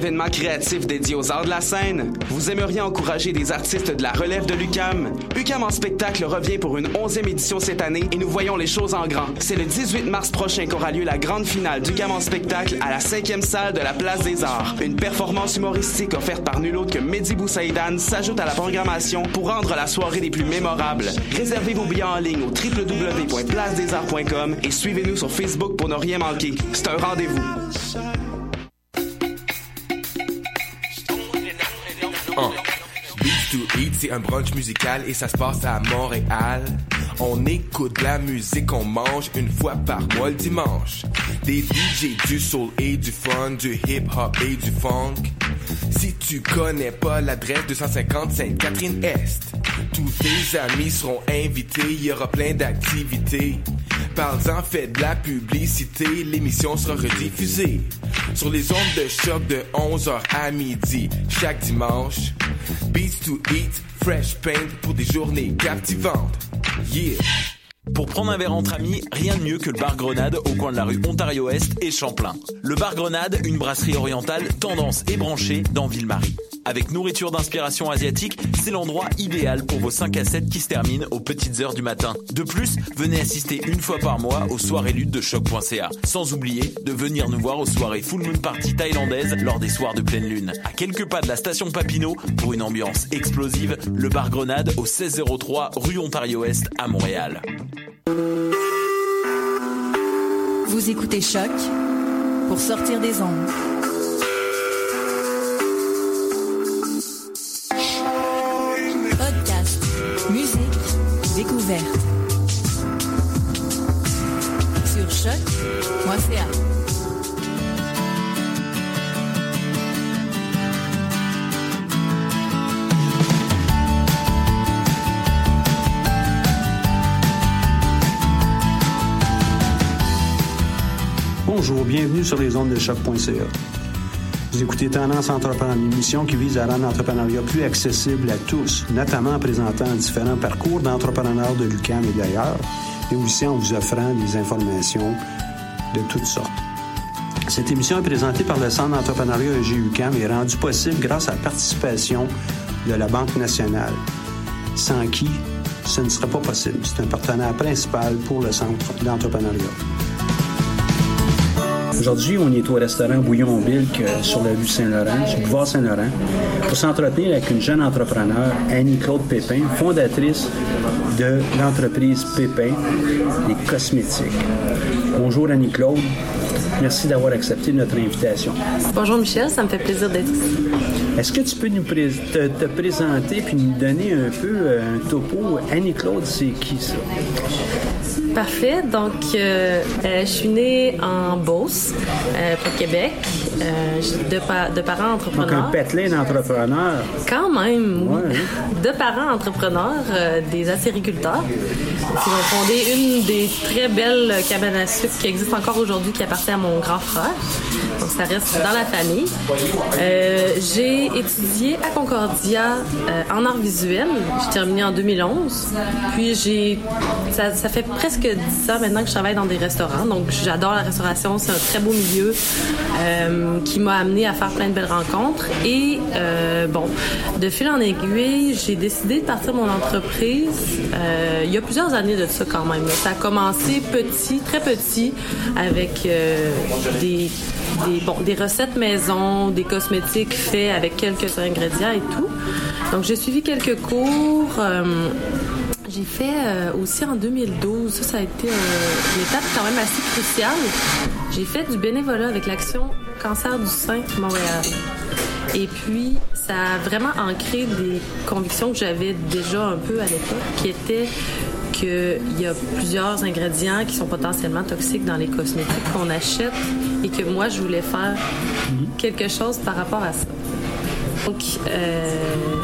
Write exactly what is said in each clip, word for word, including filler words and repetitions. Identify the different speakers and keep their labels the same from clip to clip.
Speaker 1: événement créatif dédié aux arts de la scène? Vous aimeriez encourager des artistes de la relève de l'U Q A M? U Q A M en spectacle revient pour une onzième édition cette année et nous voyons les choses en grand. C'est le dix-huit mars prochain qu'aura lieu la grande finale d'U Q A M en spectacle à la cinquième salle de la Place des Arts. Une performance humoristique offerte par nul autre que Mehdi Boussaïdan s'ajoute à la programmation pour rendre la soirée des plus mémorables. Réservez vos billets en ligne au w w w point place des arts point com et suivez-nous sur Facebook pour ne rien manquer. C'est un rendez-vous.
Speaker 2: Oh. Beats to Eat, c'est un brunch musical et ça se passe à Montréal. On écoute de la musique, on mange une fois par mois le dimanche. Des D J, du soul et du fun, du hip-hop et du funk. Si tu connais pas l'adresse deux cent cinquante Sainte-Catherine-Est, tous tes amis seront invités, il y aura plein d'activités. Parle-en, fais de la publicité, l'émission sera rediffusée sur les ondes de choc de onze heures à midi chaque dimanche. Beats to Eat, fresh paint pour des journées captivantes. Yeah!
Speaker 3: Pour prendre un verre entre amis, rien de mieux que le bar Grenade au coin de la rue Ontario-Est et Champlain. Le bar Grenade, une brasserie orientale tendance et branchée dans Ville-Marie. Avec nourriture d'inspiration asiatique, c'est l'endroit idéal pour vos cinq à sept qui se terminent aux petites heures du matin. De plus, venez assister une fois par mois aux soirées luttes de choc point c a. Sans oublier de venir nous voir aux soirées Full Moon Party thaïlandaises lors des soirs de pleine lune. À quelques pas de la station Papineau, pour une ambiance explosive, le bar Grenade au seize zéro trois rue Ontario-Est à Montréal.
Speaker 4: Vous écoutez Choc pour sortir des ondes. Podcast, musique, découverte. Sur choc point c a.
Speaker 5: Bonjour, bienvenue sur les ondes de choc point c a. Vous écoutez Tendance Entreprendre, une émission qui vise à rendre l'entrepreneuriat plus accessible à tous, notamment en présentant différents parcours d'entrepreneurs de l'U Q A M et d'ailleurs, et aussi en vous offrant des informations de toutes sortes. Cette émission est présentée par le Centre d'entrepreneuriat E G U Q A M et est rendue possible grâce à la participation de la Banque nationale, sans qui ce ne serait pas possible. C'est un partenaire principal pour le Centre d'entrepreneuriat. Aujourd'hui, on est au restaurant Bouillon Bilk sur la rue Saint-Laurent, sur le boulevard Saint-Laurent, pour s'entretenir avec une jeune entrepreneure, Annie-Claude Pépin, fondatrice de l'entreprise Pépin, des cosmétiques. Bonjour Annie-Claude, merci d'avoir accepté notre invitation.
Speaker 6: Bonjour Michel, ça me fait plaisir d'être ici.
Speaker 5: Est-ce que tu peux nous pré- te, te présenter puis nous donner un peu un topo? Annie-Claude, c'est qui ça?
Speaker 6: Parfait. Donc, euh, euh, je suis née en Beauce, euh, au Québec, euh, de, pa- de parents entrepreneurs.
Speaker 5: Donc, un patelin d'entrepreneurs.
Speaker 6: Quand même, oui.
Speaker 5: Ouais, oui.
Speaker 6: De parents entrepreneurs, euh, des acériculteurs, qui ont fondé une des très belles cabanes à sucre qui existe encore aujourd'hui, qui appartient à mon grand frère. Donc, ça reste dans la famille. Euh, j'ai étudié à Concordia euh, en art visuel. J'ai terminé en deux mille onze. Puis, j'ai ça, ça fait presque dix ans maintenant que je travaille dans des restaurants. Donc, j'adore la restauration. C'est un très beau milieu euh, qui m'a amené à faire plein de belles rencontres. Et, euh, bon, de fil en aiguille, j'ai décidé de partir mon entreprise euh, il y a plusieurs années de ça quand même. Ça a commencé petit, très petit, avec euh, des... Des, bon, des recettes maison, des cosmétiques faits avec quelques ingrédients et tout. Donc, j'ai suivi quelques cours. Euh, j'ai fait euh, aussi en deux mille douze, ça, ça a été euh, une étape quand même assez cruciale. J'ai fait du bénévolat avec l'Action Cancer du sein Montréal. Et puis, ça a vraiment ancré des convictions que j'avais déjà un peu à l'époque, qui étaient qu'il y a plusieurs ingrédients qui sont potentiellement toxiques dans les cosmétiques qu'on achète et que moi, je voulais faire quelque chose par rapport à ça. Donc, euh, voilà,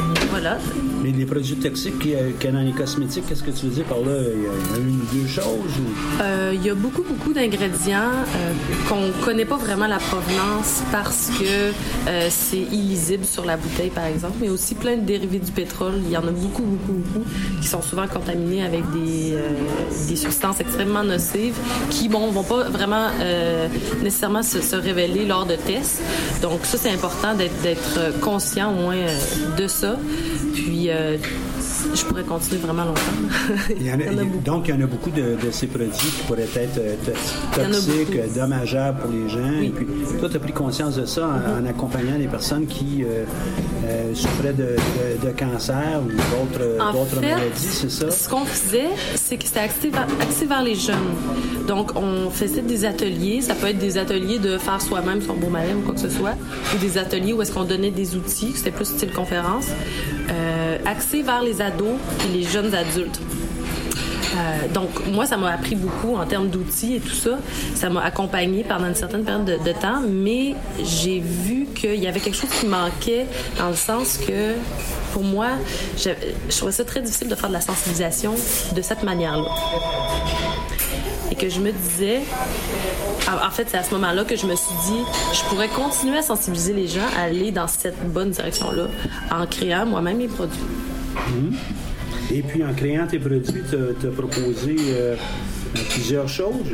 Speaker 6: Voilà.
Speaker 5: Mais les produits toxiques qu'il y a dans les cosmétiques, qu'est-ce que tu veux dire par là? Il y a une ou deux choses? Ou...
Speaker 6: Euh, il y a beaucoup, beaucoup d'ingrédients euh, qu'on ne connaît pas vraiment la provenance parce que euh, c'est illisible sur la bouteille, par exemple, mais aussi plein de dérivés du pétrole. Il y en a beaucoup, beaucoup, beaucoup qui sont souvent contaminés avec des, euh, des substances extrêmement nocives qui, bon, vont pas vraiment euh, nécessairement se, se révéler lors de tests. Donc ça, c'est important d'être, d'être conscient au moins euh, de ça. Puis, euh, je pourrais continuer vraiment longtemps.
Speaker 5: Il y en a, il y en a donc, il y en a beaucoup de, de ces produits qui pourraient être euh, toxiques, dommageables pour les gens.
Speaker 6: Oui.
Speaker 5: Et puis, toi, tu as pris conscience de ça en, mm-hmm. en accompagnant les personnes qui euh, euh, souffraient de, de, de cancer ou d'autres,
Speaker 6: en
Speaker 5: d'autres
Speaker 6: fait,
Speaker 5: maladies, c'est ça?
Speaker 6: Ce qu'on faisait, c'est que c'était axé vers, axé vers les jeunes. Donc, on faisait des ateliers. Ça peut être des ateliers de faire soi-même son baume à lèvres ou quoi que ce soit, ou des ateliers où est-ce qu'on donnait des outils. C'était plus style conférence. Euh, axé vers les ados et les jeunes adultes. Euh, donc, moi, ça m'a appris beaucoup en termes d'outils et tout ça. Ça m'a accompagnée pendant une certaine période de, de temps, mais j'ai vu qu'il y avait quelque chose qui manquait dans le sens que, pour moi, je, je trouvais ça très difficile de faire de la sensibilisation de cette manière-là. Et que je me disais... En fait, c'est à ce moment-là que je me suis dit, je pourrais continuer à sensibiliser les gens à aller dans cette bonne direction-là en créant moi-même mes produits.
Speaker 5: Mmh. Et puis, en créant tes produits, tu as proposé euh, plusieurs choses.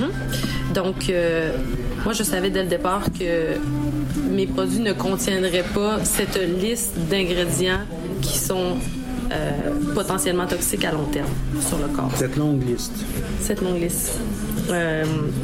Speaker 6: Mmh. Donc, euh, moi, je savais dès le départ que mes produits ne contiendraient pas cette liste d'ingrédients qui sont euh, potentiellement toxiques à long terme sur le corps.
Speaker 5: Cette longue liste.
Speaker 6: Cette longue liste. Euh,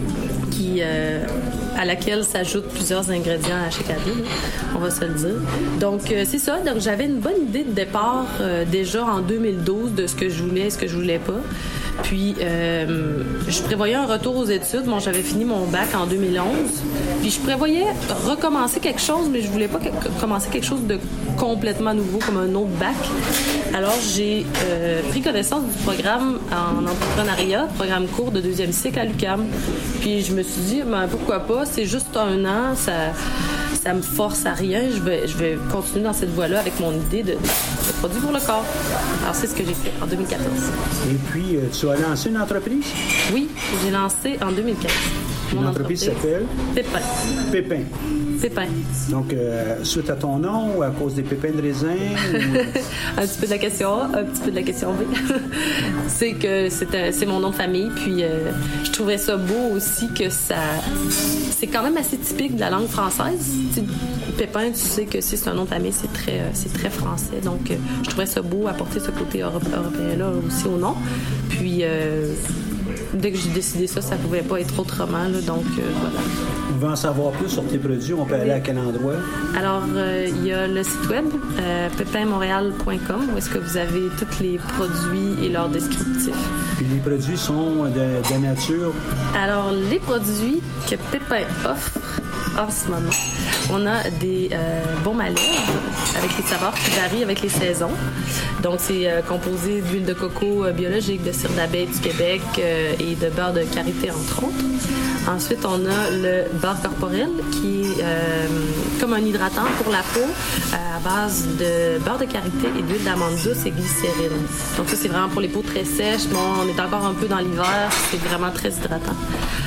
Speaker 6: qui, euh, à laquelle s'ajoutent plusieurs ingrédients à chaque année, on va se le dire. Donc, euh, c'est ça. Donc, j'avais une bonne idée de départ euh, déjà en deux mille douze de ce que je voulais et ce que je voulais pas. Puis, euh, je prévoyais un retour aux études. Bon, j'avais fini mon bac en deux mille onze. Puis, je prévoyais recommencer quelque chose, mais je voulais pas que- commencer quelque chose de complètement nouveau, comme un autre bac. Alors, j'ai euh, pris connaissance du programme en entrepreneuriat, programme court de deuxième cycle à l'U Q A M. Puis, je me suis dit, ben, pourquoi pas, c'est juste un an, ça... ça me force à rien, je vais, je vais continuer dans cette voie-là avec mon idée de, de produit pour le corps. Alors, c'est ce que j'ai fait en deux mille quatorze.
Speaker 5: Et puis, euh, tu as lancé une entreprise?
Speaker 6: Oui, j'ai lancé en deux mille quinze.
Speaker 5: Mon entreprise s'appelle?
Speaker 6: Pépin.
Speaker 5: Pépin.
Speaker 6: Pépin.
Speaker 5: Donc, euh, suite à ton nom ou à cause des pépins de raisin? Ou...
Speaker 6: Un petit peu de la question A, un petit peu de la question B. C'est que c'est, un, c'est mon nom de famille, puis euh, je trouvais ça beau aussi que ça... C'est quand même assez typique de la langue française. Tu sais, Pépin, tu sais que si c'est un nom de famille, c'est très, euh, c'est très français. Donc, euh, je trouvais ça beau apporter ce côté europe- européen-là aussi au nom. Puis... Euh, dès que j'ai décidé ça, ça pouvait pas être autrement. Là, donc, euh, voilà.
Speaker 5: On veut en savoir plus sur tes produits. On peut aller à quel endroit?
Speaker 6: Alors, euh, il y a le site web, euh, pépin montréal point com, où est-ce que vous avez tous les produits et leurs descriptifs.
Speaker 5: Puis les produits sont de, de nature?
Speaker 6: Alors, les produits que Pépin offre en ce moment, on a des euh, baumes à lèvres avec des saveurs qui varient avec les saisons. Donc, c'est euh, composé d'huile de coco euh, biologique, de cire d'abeille du Québec euh, et de beurre de karité, entre autres. Ensuite, on a le beurre corporel qui est euh, comme un hydratant pour la peau euh, à base de beurre de karité et d'huile d'amande douce et glycérine. Donc ça, c'est vraiment pour les peaux très sèches. Bon, on est encore un peu dans l'hiver, c'est vraiment très hydratant.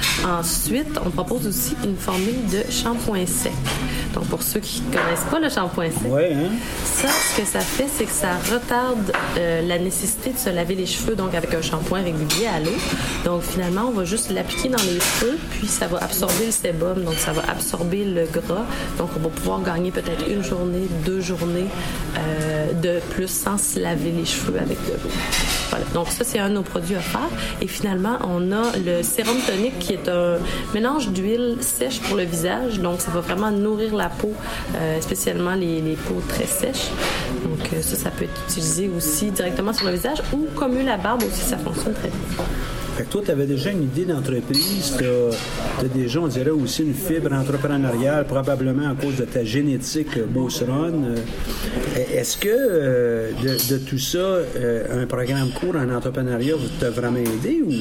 Speaker 6: Ensuite, on propose aussi une formule de shampoing sec. Donc pour ceux qui ne connaissent pas le shampoing sec,
Speaker 5: ouais, hein?
Speaker 6: ça, ce que ça fait, c'est que ça retarde euh, la nécessité de se laver les cheveux donc avec un shampoing régulier à l'eau. Donc finalement, on va juste l'appliquer dans les cheveux, puis ça va absorber le sébum, donc ça va absorber le gras. Donc on va pouvoir gagner peut-être une journée, deux journées euh, de plus sans se laver les cheveux avec de l'eau. Voilà. Donc ça, c'est un de nos produits offerts. Et finalement, on a le sérum tonique qui est un mélange d'huile sèche pour le visage. Donc ça va vraiment nourrir la peau, euh, spécialement les, les peaux très sèches. Donc euh, ça, ça peut être utilisé aussi directement sur le visage ou comme eu la barbe aussi, ça fonctionne très bien.
Speaker 5: Fait que toi, tu avais déjà une idée d'entreprise, tu as déjà, on dirait, aussi une fibre entrepreneuriale, probablement à cause de ta génétique beauceronne. Est-ce que euh, de, de tout ça, euh, un programme court en entrepreneuriat t'a vraiment aidé ou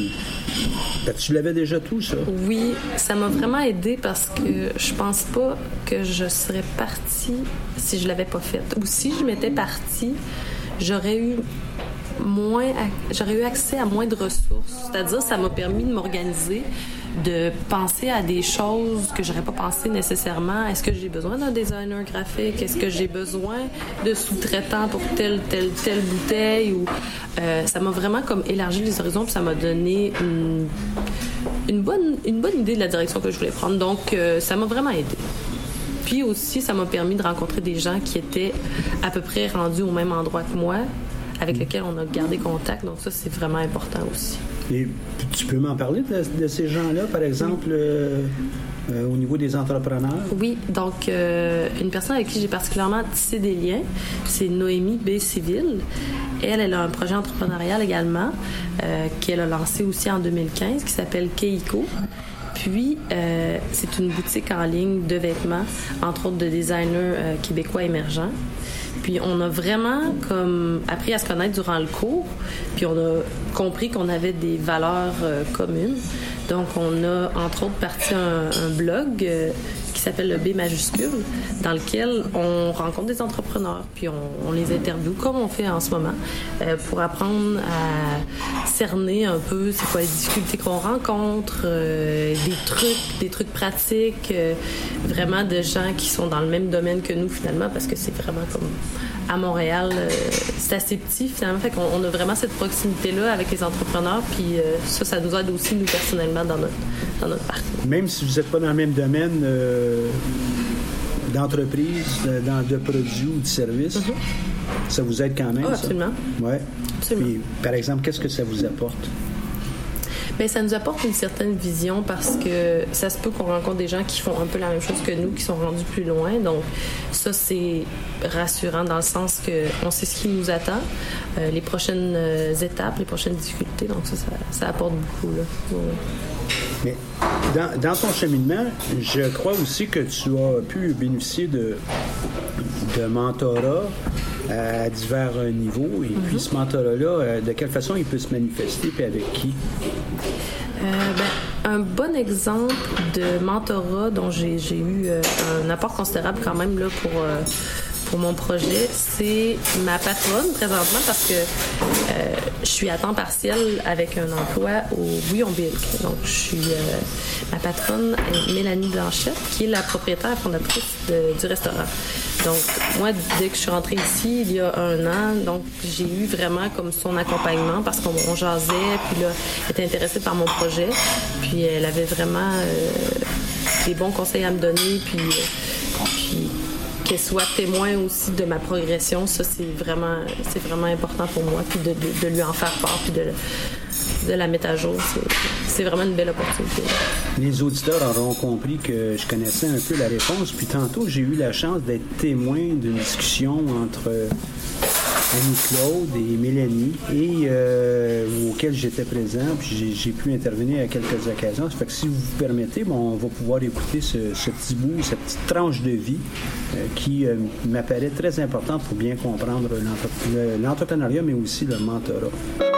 Speaker 5: tu l'avais déjà tout, ça?
Speaker 6: Oui, ça m'a vraiment aidé parce que je pense pas que je serais partie si je l'avais pas fait. Ou si je m'étais partie, j'aurais eu moins, j'aurais eu accès à moins de ressources. C'est-à-dire, ça m'a permis de m'organiser, de penser à des choses que j'aurais pas pensé nécessairement. Est-ce que j'ai besoin d'un designer graphique? Est-ce que j'ai besoin de sous-traitants pour telle, telle, telle bouteille? Ou, euh, ça m'a vraiment comme élargi les horizons, puis ça m'a donné une, une, bonne, une bonne idée de la direction que je voulais prendre. Donc, euh, ça m'a vraiment aidé. Puis aussi, ça m'a permis de rencontrer des gens qui étaient à peu près rendus au même endroit que moi, avec lesquels on a gardé contact. Donc ça, c'est vraiment important aussi. Et
Speaker 5: tu peux m'en parler de, de ces gens-là, par exemple, euh, euh, au niveau des entrepreneurs?
Speaker 6: Oui, donc euh, une personne avec qui j'ai particulièrement tissé des liens, c'est Noémie B. Civil. Elle, elle a un projet entrepreneurial également, euh, qu'elle a lancé aussi en deux mille quinze, qui s'appelle Keiko. Puis, euh, c'est une boutique en ligne de vêtements, entre autres de designers euh, québécois émergents. Puis on a vraiment comme appris à se connaître durant le cours, puis on a compris qu'on avait des valeurs euh, communes. Donc on a entre autres parti un, un blog euh, qui s'appelle le B majuscule, dans lequel on rencontre des entrepreneurs, puis on, on les interviewe comme on fait en ce moment, euh, pour apprendre à cerner un peu c'est quoi les difficultés qu'on rencontre, euh, des trucs, des trucs pratiques, euh, vraiment de gens qui sont dans le même domaine que nous finalement, parce que c'est vraiment comme à Montréal, euh, c'est assez petit finalement, fait qu'on on a vraiment cette proximité-là avec les entrepreneurs, puis euh, ça, ça nous aide aussi nous personnellement dans notre, dans notre parcours.
Speaker 5: Même si vous n'êtes pas dans le même domaine euh, d'entreprise, de, dans, de produits ou de services, mm-hmm. ça vous aide quand même,
Speaker 6: oh, absolument.
Speaker 5: ça? Ouais.
Speaker 6: Absolument.
Speaker 5: Puis, par exemple, qu'est-ce que ça vous apporte?
Speaker 6: Bien, ça nous apporte une certaine vision parce que ça se peut qu'on rencontre des gens qui font un peu la même chose que nous, qui sont rendus plus loin. Donc, ça, c'est rassurant dans le sens qu'on sait ce qui nous attend, euh, les prochaines euh, étapes, les prochaines difficultés. Donc, ça, ça, ça apporte beaucoup, là. Ouais.
Speaker 5: Mais dans, dans ton cheminement, je crois aussi que tu as pu bénéficier de, de mentorat à divers niveaux. Et mm-hmm. puis, ce mentorat-là, de quelle façon il peut se manifester et avec qui?
Speaker 6: Euh, ben, un bon exemple de mentorat dont j'ai, j'ai eu euh, un apport considérable quand même là, pour, euh, pour mon projet, c'est ma patronne présentement parce que euh, je suis à temps partiel avec un emploi au Bouillon Bilk. Donc, je suis euh, ma patronne est Mélanie Blanchette, qui est la propriétaire et fondatrice de, du restaurant. Donc, moi, dès que je suis rentrée ici, il y a un an, donc j'ai eu vraiment comme son accompagnement parce qu'on on jasait, puis là, elle était intéressée par mon projet, puis elle avait vraiment euh, des bons conseils à me donner, puis, euh, puis qu'elle soit témoin aussi de ma progression, ça, c'est vraiment, c'est vraiment important pour moi, puis de, de, de lui en faire part, puis de, de la mettre à jour, c'est, c'est vraiment une belle opportunité.
Speaker 5: Les auditeurs auront compris que je connaissais un peu la réponse, puis tantôt, j'ai eu la chance d'être témoin d'une discussion entre Annie-Claude et Mélanie, et euh, auquel j'étais présent, puis j'ai, j'ai pu intervenir à quelques occasions. Ça fait que si vous vous permettez, bon, on va pouvoir écouter ce, ce petit bout, cette petite tranche de vie euh, qui euh, m'apparaît très importante pour bien comprendre l'entre- l'entrepreneuriat, mais aussi le mentorat.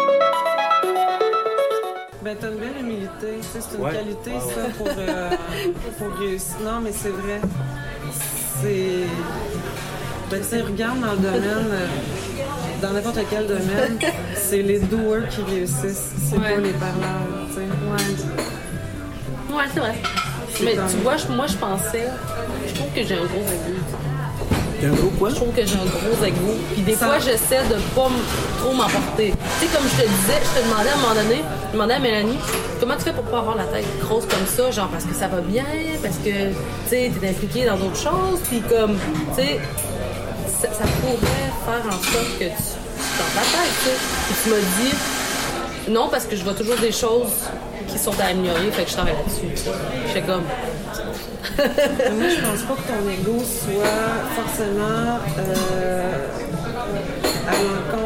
Speaker 7: Ben, t'as une belle humilité, tu sais, c'est une
Speaker 5: ouais.
Speaker 7: qualité,
Speaker 5: ah,
Speaker 7: ça,
Speaker 5: ouais.
Speaker 7: pour, euh, pour réussir. Non, mais c'est vrai. C'est... Ben, tu sais, regarde dans le domaine, euh, dans n'importe quel domaine, c'est les doers qui réussissent, c'est ouais. pas les parleurs, tu sais.
Speaker 6: Ouais. Ouais, c'est vrai. C'est mais comme... tu vois, je, moi, je pensais, je trouve que j'ai un gros ego.
Speaker 5: Un gros quoi?
Speaker 6: Je trouve que j'ai un gros ego. Puis des ça... fois, j'essaie de pas m- trop m'emporter. Tu sais, comme je te disais, je te demandais à un moment donné, je demandais à Mélanie, comment tu fais pour pas avoir la tête grosse comme ça? Genre, parce que ça va bien, parce que, tu sais, t'es impliqué dans d'autres choses, puis comme, tu sais, ça, ça pourrait faire en sorte que tu, tu t'en ta tête, tu sais. Puis tu m'as dit, non, parce que je vois toujours des choses qui sont à améliorer, fait que je travaille là-dessus. J'étais comme...
Speaker 7: Moi, je pense pas que ton ego soit forcément euh, à l'encontre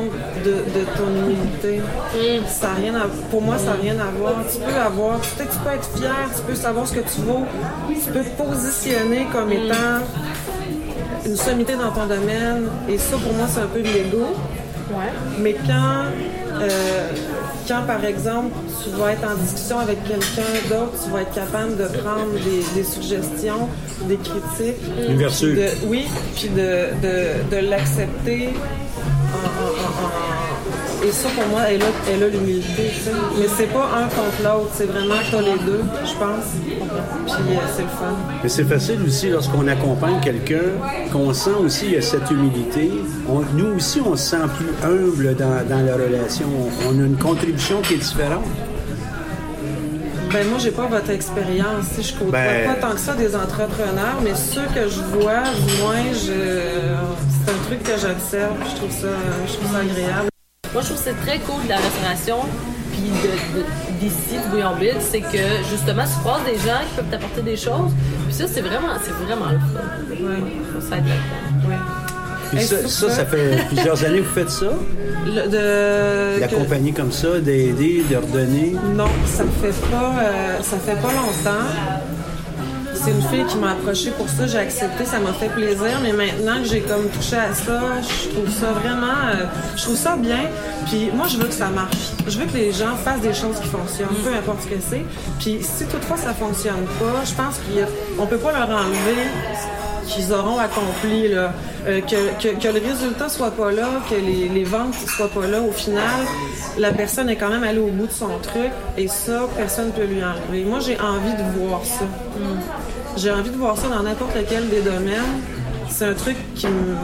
Speaker 7: de, de ton humilité. Mm. Ça a rien à, pour moi, ça n'a rien à voir. Tu peux avoir, peut-être tu peux être fier, tu peux savoir ce que tu vaux, tu peux te positionner comme mm. étant une sommité dans ton domaine, et ça, pour moi, c'est un peu de l'ego. Ouais. Mais quand, euh, quand, par exemple, tu vas être en discussion avec quelqu'un d'autre, tu vas être capable de prendre des, des suggestions, des critiques.
Speaker 5: Une vertu.
Speaker 7: De, oui, puis de, de, de l'accepter en, en, en, en et ça, pour moi, elle a, elle a l'humilité, tu sais. Mais c'est pas un contre l'autre, c'est vraiment que t'as les deux, je pense. Puis euh, c'est le fun.
Speaker 5: Mais c'est facile aussi, lorsqu'on accompagne quelqu'un, qu'on sent aussi il y a cette humilité. On, nous aussi, on se sent plus humble dans, dans la relation. On a une contribution qui est différente.
Speaker 7: Ben moi, j'ai pas votre expérience. Si je côtoie ben... pas tant que ça des entrepreneurs, mais ceux que je vois, du moins, je... c'est un truc que j'observe. Je trouve ça, je trouve ça agréable.
Speaker 6: Moi, je trouve que c'est très cool de la restauration, puis de, de, d'ici, de Bouillon Bill, c'est que, justement, tu croises des gens qui peuvent t'apporter des choses, puis ça, c'est vraiment, c'est vraiment le fun. Oui. Ça aide là-dedans. Oui.
Speaker 5: Puis ça, ça, ça fait plusieurs années que vous faites ça? Le, de... D'accompagner que... comme ça, d'aider, de redonner?
Speaker 7: Non, ça fait pas, euh, ça fait pas longtemps. C'est une fille qui m'a approchée pour ça, j'ai accepté, ça m'a fait plaisir, mais maintenant que j'ai comme touché à ça, je trouve ça vraiment, euh, je trouve ça bien, puis moi je veux que ça marche. Je veux que les gens fassent des choses qui fonctionnent, peu importe ce que c'est, puis si toutefois ça fonctionne pas, je pense qu'on peut pas leur enlever qu'ils auront accompli, là. Euh, que, que, que le résultat soit pas là, que les, les ventes soient pas là, au final, la personne est quand même allée au bout de son truc, et ça, personne ne peut lui enlever. Moi, j'ai envie de voir ça. Mm. J'ai envie de voir ça dans n'importe lequel des domaines. C'est un truc qui me...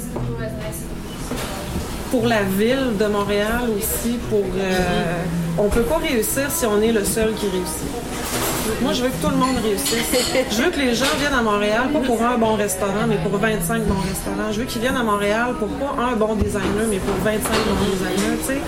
Speaker 7: Pour la ville de Montréal aussi, pour... Euh... On peut pas réussir si on est le seul qui réussit. Moi, je veux que tout le monde réussisse. Je veux que les gens viennent à Montréal, pas pour un bon restaurant, mais pour vingt-cinq bons restaurants. Je veux qu'ils viennent à Montréal pour pas un bon designer, mais pour vingt-cinq bons designers, tu sais.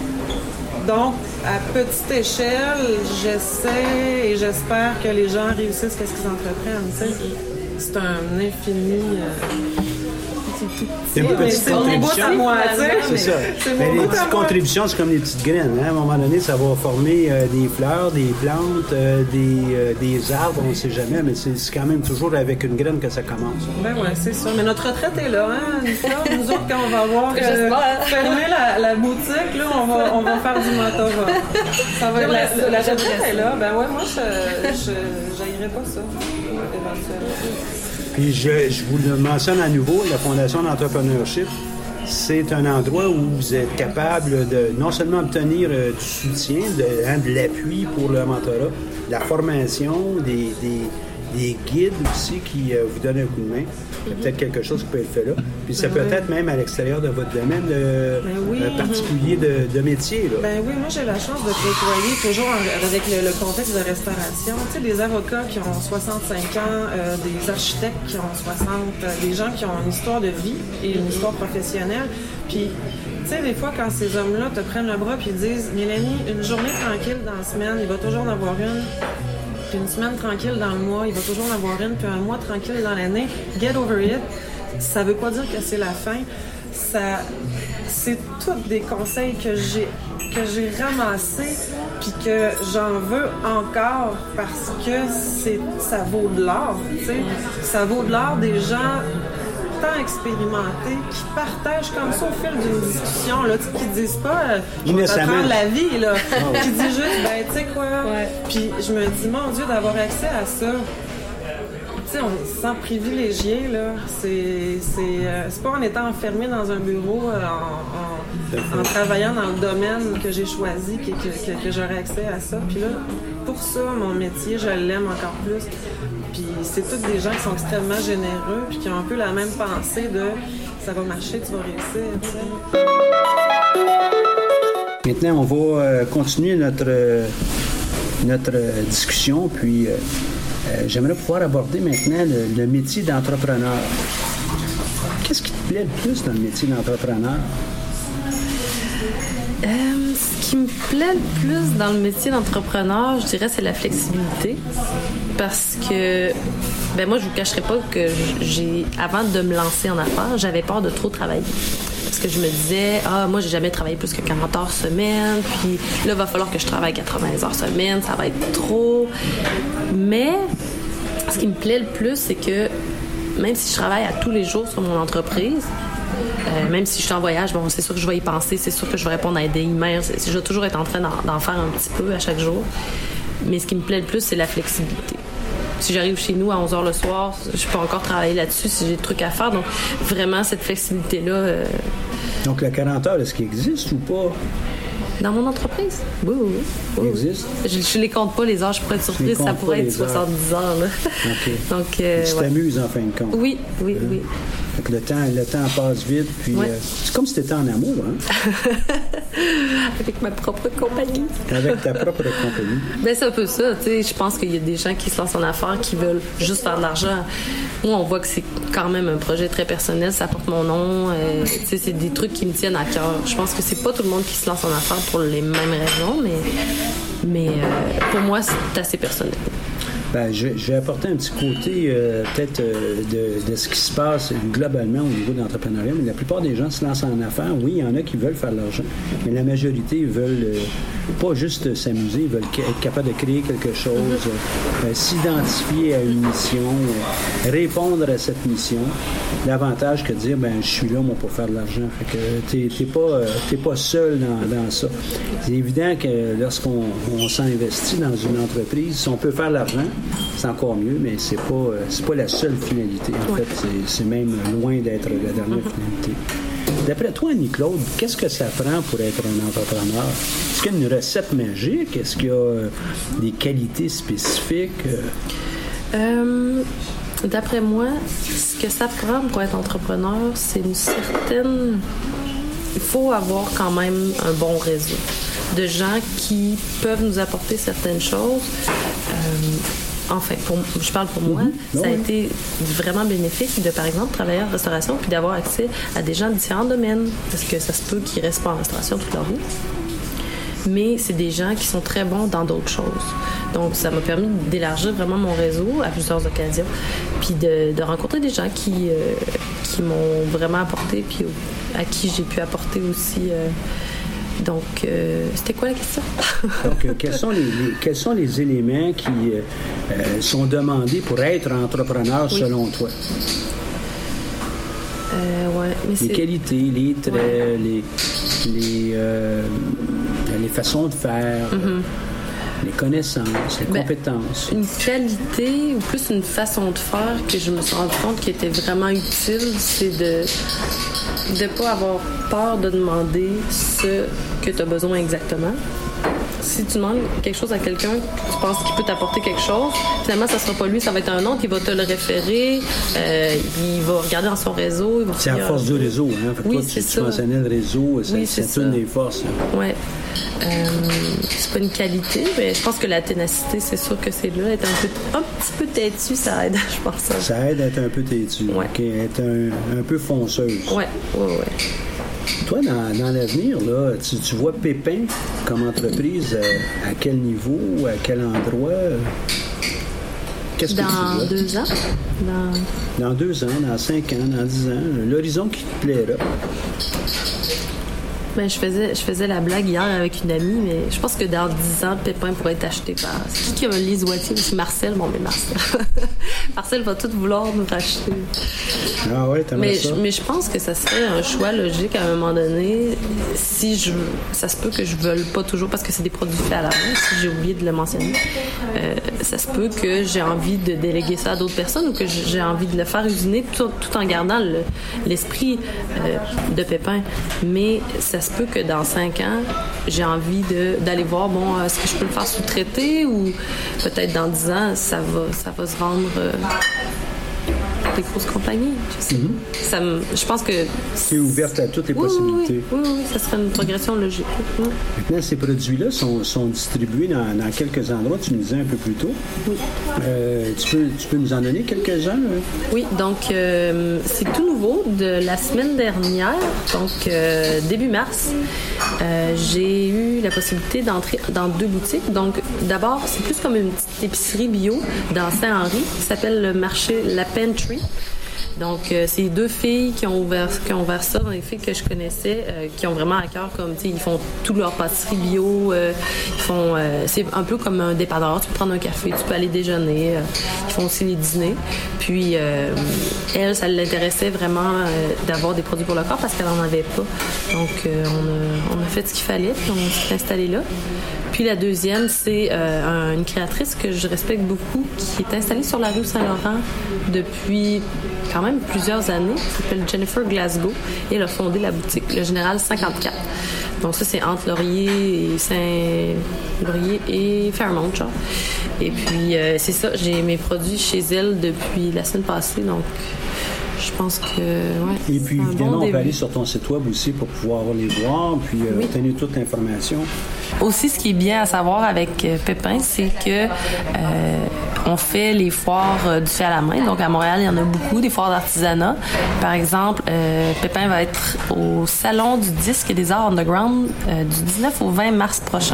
Speaker 7: Donc, à petite échelle, j'essaie et j'espère que les gens réussissent qu'est-ce qu'ils entreprennent, tu sais. C'est un infini... Euh...
Speaker 5: C'est une petite
Speaker 7: c'est contribution.
Speaker 5: Mon
Speaker 7: moi,
Speaker 5: c'est ça.
Speaker 7: C'est
Speaker 5: mais les petites contributions, c'est comme des petites graines. Hein? À un moment donné, ça va former euh, des fleurs, des plantes, euh, des, euh, des arbres, on ne sait jamais, mais c'est, c'est quand même toujours avec une graine que ça commence.
Speaker 7: Ben oui, c'est ça. Mais notre retraite est là, hein, Nicolas? Nous autres, quand on va avoir euh, fermé la, la boutique, là, on va, on va faire du motorat. Ça va être la, la, la retraite est là. Ben ouais, moi, je j'haïrais pas ça, éventuellement.
Speaker 5: Puis je, je vous le mentionne à nouveau, la Fondation d'entrepreneurship, c'est un endroit où vous êtes capable de non seulement obtenir euh, du soutien, de, hein, de l'appui pour le mentorat, de la formation, des, des, des guides aussi qui euh, vous donnent un coup de main. Il y a peut-être quelque chose qui peut être fait là. Puis ça ben peut oui. être même à l'extérieur de votre domaine euh, ben oui. euh, particulier de, de métier. Là.
Speaker 7: Ben oui, moi j'ai la chance de côtoyer toujours en, avec le, le contexte de restauration. Tu sais, des avocats qui ont soixante-cinq ans, euh, des architectes qui ont soixante, euh, des gens qui ont une histoire de vie et une histoire professionnelle. Puis, tu sais, des fois, quand ces hommes-là te prennent le bras et disent « Mélanie, une journée tranquille dans la semaine, il va toujours en avoir une. » Puis une semaine tranquille dans le mois, il va toujours en avoir une, puis un mois tranquille dans l'année. Get over it. Ça veut pas dire que c'est la fin. Ça, c'est tous des conseils que j'ai que j'ai ramassés, puis que j'en veux encore parce que c'est ça vaut de l'or. Tu sais, ça vaut de l'or des gens tant expérimentés qui partagent comme ça au fil d'une discussion, là, qui disent pas euh, je vais t'apprendre la vie, là, oh. qui disent juste ben tu sais quoi, ouais. Puis je me dis mon Dieu d'avoir accès à ça, tu sais, on se sent privilégié, là, c'est c'est, euh, c'est pas en étant enfermé dans un bureau euh, en, en, en travaillant dans le domaine que j'ai choisi que, que, que, que j'aurais accès à ça, puis là pour ça mon métier je l'aime encore plus. Puis c'est tous des gens qui sont extrêmement généreux puis qui ont un peu la même pensée de « ça va marcher, tu vas réussir ».
Speaker 5: Maintenant, on va euh, continuer notre, euh, notre euh, discussion. Puis euh, euh, j'aimerais pouvoir aborder maintenant le, le métier d'entrepreneur. Qu'est-ce qui te plaît le plus dans le métier d'entrepreneur?
Speaker 6: Euh, ce qui me plaît le plus dans le métier d'entrepreneur, je dirais, c'est la flexibilité. Parce que, ben moi, je vous cacherai pas que j'ai, avant de me lancer en affaires, j'avais peur de trop travailler. Parce que je me disais, ah, moi, j'ai jamais travaillé plus que quarante heures semaine, puis là, il va falloir que je travaille quatre-vingts heures semaine, ça va être trop. Mais ce qui me plaît le plus, c'est que même si je travaille à tous les jours sur mon entreprise, Euh, même si je suis en voyage, bon, c'est sûr que je vais y penser, c'est sûr que je vais répondre à des emails, c'est, je vais toujours être en train d'en, d'en faire un petit peu à chaque jour. Mais ce qui me plaît le plus, c'est la flexibilité. Si j'arrive chez nous à onze heures le soir, je peux encore travailler là-dessus si j'ai des trucs à faire. Donc, vraiment, cette flexibilité-là... Euh...
Speaker 5: Donc, le quarante heures, est-ce qu'il existe ou pas?
Speaker 6: Dans mon entreprise? Oui, oui, oui.
Speaker 5: Il existe?
Speaker 6: Je ne les compte pas, les heures. Je pourrais être surprise, ça pourrait être soixante-dix heures. Là.
Speaker 5: OK.
Speaker 6: Donc, euh,
Speaker 5: tu
Speaker 6: ouais.
Speaker 5: t'amuses, en fin de compte.
Speaker 6: Oui, oui, hein? Oui.
Speaker 5: Fait que le temps, le temps passe vite, puis
Speaker 6: ouais.
Speaker 5: euh, c'est comme si tu étais en amour, hein?
Speaker 6: Avec ma propre compagnie.
Speaker 5: Avec ta propre compagnie.
Speaker 6: Ben c'est un peu ça, tu sais. Je pense qu'il y a des gens qui se lancent en affaires, qui veulent juste faire de l'argent. Moi, on voit que c'est quand même un projet très personnel, ça porte mon nom. Euh, tu sais, c'est des trucs qui me tiennent à cœur. Je pense que c'est pas tout le monde qui se lance en affaires pour les mêmes raisons, mais, mais euh, pour moi, c'est assez personnel.
Speaker 5: Ben, je, je vais apporter un petit côté euh, peut-être euh, de, de ce qui se passe globalement au niveau de l'entrepreneuriat, mais la plupart des gens se lancent en affaires. Oui, il y en a qui veulent faire de l'argent, mais la majorité veulent euh, pas juste s'amuser, ils veulent être capables de créer quelque chose, euh, s'identifier à une mission, euh, répondre à cette mission, davantage que de dire, ben je suis là, moi, pour faire de l'argent. Fait que t'es, t'es pas, euh, t'es pas seul dans, dans ça. C'est évident que lorsqu'on on s'investit dans une entreprise, si on peut faire de l'argent, c'est encore mieux, mais c'est pas, euh, c'est pas la seule finalité. En ouais. fait, c'est, c'est même loin d'être la dernière mm-hmm. finalité. D'après toi, Annie-Claude, qu'est-ce que ça prend pour être un entrepreneur? Est-ce qu'il y a une recette magique? Est-ce qu'il y a euh, des qualités spécifiques?
Speaker 6: Euh, d'après moi, ce que ça prend pour être entrepreneur, c'est une certaine... Il faut avoir quand même un bon réseau de gens qui peuvent nous apporter certaines choses. Euh, Enfin, pour, je parle pour moi, mm-hmm. ça a oui. été vraiment bénéfique de, par exemple, travailler en restauration puis d'avoir accès à des gens de différents domaines. Parce que ça se peut qu'ils restent pas en restauration toute leur vie. Mais c'est des gens qui sont très bons dans d'autres choses. Donc, ça m'a permis d'élargir vraiment mon réseau à plusieurs occasions. Puis de, de rencontrer des gens qui, euh, qui m'ont vraiment apporté puis à qui j'ai pu apporter aussi... Euh, Donc, euh, c'était quoi la question?
Speaker 5: Donc, euh, quels, sont les, les, quels sont les éléments qui euh, sont demandés pour être entrepreneur oui. selon toi?
Speaker 6: Euh, ouais, mais
Speaker 5: les
Speaker 6: c'est...
Speaker 5: qualités, les traits, ouais. les, les, euh, les façons de faire, mm-hmm. les connaissances, les ben, compétences.
Speaker 6: Une qualité ou plus une façon de faire que je me suis rendu compte qui était vraiment utile, c'est de de ne pas avoir peur de demander ce que tu as besoin exactement. Si tu demandes quelque chose à quelqu'un, tu penses qu'il peut t'apporter quelque chose, finalement, ça ne sera pas lui, ça va être un autre, il va te le référer, euh, il va regarder dans son réseau. Il va
Speaker 5: c'est à force du réseau, hein? Fait que oui, toi, c'est tu, tu mentionnais le réseau, c'est, oui, c'est, c'est une des forces.
Speaker 6: Oui. Euh, c'est pas une qualité, mais je pense que la ténacité, c'est sûr que c'est là. Être un, peu, un petit peu têtu, ça aide, je pense. Ça,
Speaker 5: ça aide à être un peu têtu, ouais. okay, être un, un peu fonceuse.
Speaker 6: Oui, oui, oui.
Speaker 5: Toi, dans, dans l'avenir, là, tu, tu vois Pépin comme entreprise à, à quel niveau, à quel endroit? Qu'est-ce
Speaker 6: dans
Speaker 5: que tu vois?
Speaker 6: Deux ans? Dans...
Speaker 5: dans deux ans, dans cinq ans, dans dix ans, l'horizon qui te plaira.
Speaker 6: Ben, je faisais, je faisais la blague hier avec une amie, mais je pense que dans dix ans, Pépin pourrait être acheté par... C'est qui qui a Lise Wattier? C'est Marcel? Bon, mais Marcel. Marcel va tout vouloir nous racheter.
Speaker 5: Ah ouais, t'aimerais
Speaker 6: mais
Speaker 5: ça?
Speaker 6: Je, mais je pense que ça serait un choix logique à un moment donné. Si je... Ça se peut que je veuille pas toujours, parce que c'est des produits faits à la main, si j'ai oublié de le mentionner. Euh, ça se peut que j'ai envie de déléguer ça à d'autres personnes ou que j'ai envie de le faire usiner tout, tout en gardant le, l'esprit euh, de Pépin. Mais ça se peut que dans cinq ans, j'ai envie de, d'aller voir, bon, est-ce que je peux le faire sous-traiter ou peut-être dans dix ans, ça va, ça va se vendre euh, des grosses compagnies. Je sais. Mm-hmm. Ça me, je pense que...
Speaker 5: C'est ouverte à toutes les
Speaker 6: oui,
Speaker 5: possibilités.
Speaker 6: Oui, oui, oui, ça serait une progression logique. Oui.
Speaker 5: Maintenant, ces produits-là sont, sont distribués dans, dans quelques endroits, tu nous disais un peu plus tôt.
Speaker 6: Oui.
Speaker 5: Euh, tu, peux, tu peux nous en donner quelques-uns? Là?
Speaker 6: Oui, donc euh, c'est tout nouveau de la semaine dernière, donc euh, début mars. Euh, j'ai eu la possibilité d'entrer dans deux boutiques. Donc, d'abord, c'est plus comme une petite épicerie bio dans Saint-Henri qui s'appelle le marché La Pantry. Donc, euh, c'est deux filles qui ont ouvert, qui ont ouvert ça, dans les filles que je connaissais, euh, qui ont vraiment à cœur, comme, tu sais, ils font tout leur pâtisserie bio, euh, ils font, euh, c'est un peu comme un dépanneur, tu peux prendre un café, tu peux aller déjeuner, euh, ils font aussi les dîners. Puis, euh, elle, ça l'intéressait vraiment euh, d'avoir des produits pour le corps parce qu'elle n'en avait pas. Donc, euh, on, a, on a fait ce qu'il fallait, puis on s'est installé là. Puis la deuxième, c'est euh, une créatrice que je respecte beaucoup, qui est installée sur la rue Saint-Laurent depuis quand même plusieurs années. Elle s'appelle Jennifer Glasgow et elle a fondé la boutique Le Général cinquante-quatre. Donc ça, c'est entre Laurier et Saint-Laurier et Fairmont, genre. Et puis, euh, c'est ça, j'ai mes produits chez elle depuis la semaine passée, donc je pense que, ouais.
Speaker 5: Et puis, évidemment, bon on peut aller sur ton site web aussi pour pouvoir les voir, puis euh, oui. obtenir toute l'information.
Speaker 6: Aussi, ce qui est bien à savoir avec euh, Pépin, c'est que euh, on fait les foires euh, du fait à la main. Donc, à Montréal, il y en a beaucoup, des foires d'artisanat. Par exemple, euh, Pépin va être au Salon du disque et des arts underground euh, du dix-neuf au vingt mars prochain.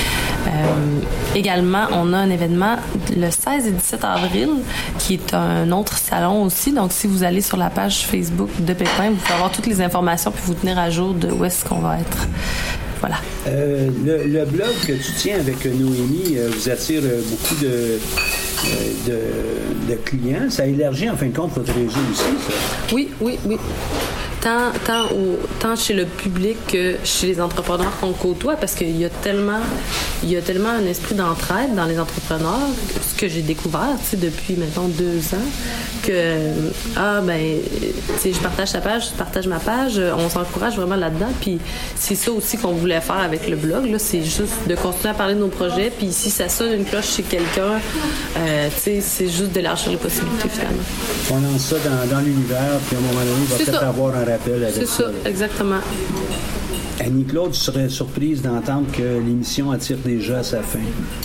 Speaker 6: Euh, également, on a un événement le seize et dix-sept avril qui est un autre salon aussi. Donc, si vous allez sur la page Facebook de Pépin, vous pouvez avoir toutes les informations puis vous tenir à jour de où est-ce qu'on va être. Voilà.
Speaker 5: Euh, le, le blog que tu tiens avec Noémie euh, vous attire euh, beaucoup de, euh, de, de clients. Ça élargit en fin de compte votre réseau aussi, ça?
Speaker 6: Oui, oui, oui. Tant, tant, au, tant chez le public que chez les entrepreneurs qu'on côtoie, parce qu'il y a tellement, il y a tellement un esprit d'entraide dans les entrepreneurs, ce que j'ai découvert, tu sais, depuis, mettons, deux ans, que, ah, ben, tu sais, je partage ta page, je partage ma page, on s'encourage vraiment là-dedans, puis c'est ça aussi qu'on voulait faire avec le blog, là, c'est juste de continuer à parler de nos projets, puis si ça sonne une cloche chez quelqu'un, euh, tu sais, c'est juste d'élargir les possibilités, finalement.
Speaker 5: On lance ça dans, dans l'univers, puis à un moment donné, il va peut-être avoir un rappel avec
Speaker 6: c'est ça. C'est ça, exactement.
Speaker 5: Annie-Claude, je serais surprise d'entendre que l'émission attire déjà à sa fin.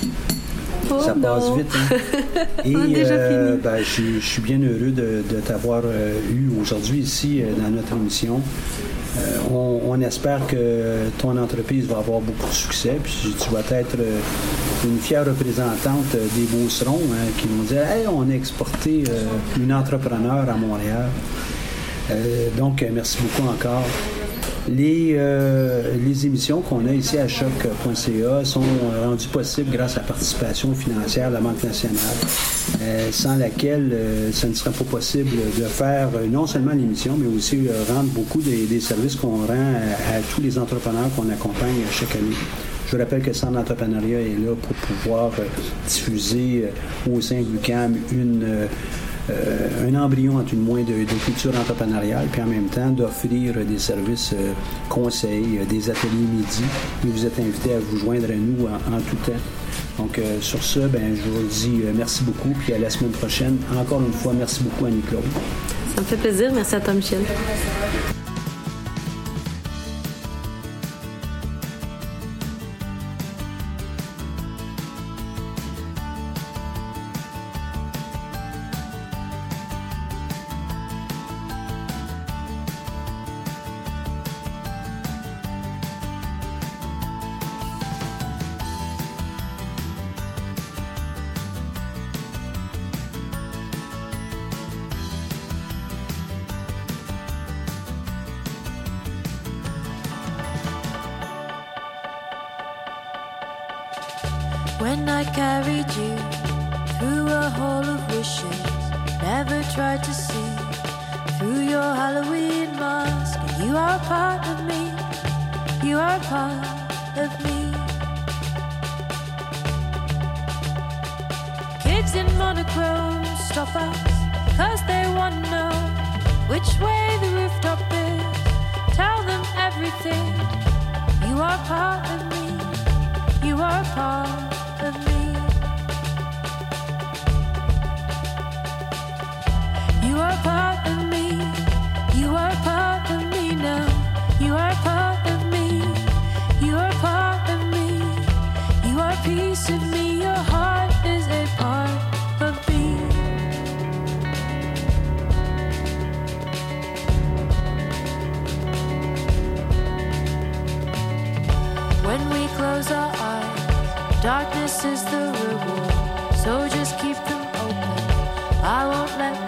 Speaker 6: Oh
Speaker 5: ça
Speaker 6: non.
Speaker 5: passe vite, hein? Et
Speaker 6: on a déjà
Speaker 5: euh,
Speaker 6: fini.
Speaker 5: Ben, je, je suis bien heureux de, de t'avoir euh, eu aujourd'hui ici euh, dans notre émission. Euh, on, on espère que ton entreprise va avoir beaucoup de succès, puis tu vas être euh, une fière représentante des Beaucerons, hein, qui vont dire « Hey, on a exporté euh, une entrepreneur à Montréal ». Euh, donc, merci beaucoup encore. Les, euh, les émissions qu'on a ici à choc point c a sont rendues possibles grâce à la participation financière de la Banque nationale, euh, sans laquelle euh, ce ne serait pas possible de faire euh, non seulement l'émission, mais aussi euh, rendre beaucoup des, des services qu'on rend à, à tous les entrepreneurs qu'on accompagne chaque année. Je vous rappelle que le Centre d'entrepreneuriat est là pour pouvoir euh, diffuser euh, au sein du U Q A M une... Euh, Euh, un embryon, en tout le moins, de, de culture entrepreneuriale, puis en même temps d'offrir des services euh, conseils, euh, des ateliers midi. Et vous êtes invités à vous joindre à nous en, en tout temps. Donc, euh, sur ce, ben, je vous dis euh, merci beaucoup, puis à la semaine prochaine. Encore une fois, merci beaucoup, Annie-Claude.
Speaker 6: Ça me fait plaisir. Merci à toi, Michel.
Speaker 8: When I carried you through a hall of wishes, never tried to see through your Halloween mask. And you are part of me, you are part of me. Kids in monochrome stop us, cause they want to know which way the rooftop is. Tell them everything, you are part of me, you are part of me. You are part of me, you are part of me now. You are part of me, you are part of me. You are a piece of me, your heart is a part of me. When we close our eyes, darkness is the reward, so just keep them open. I won't let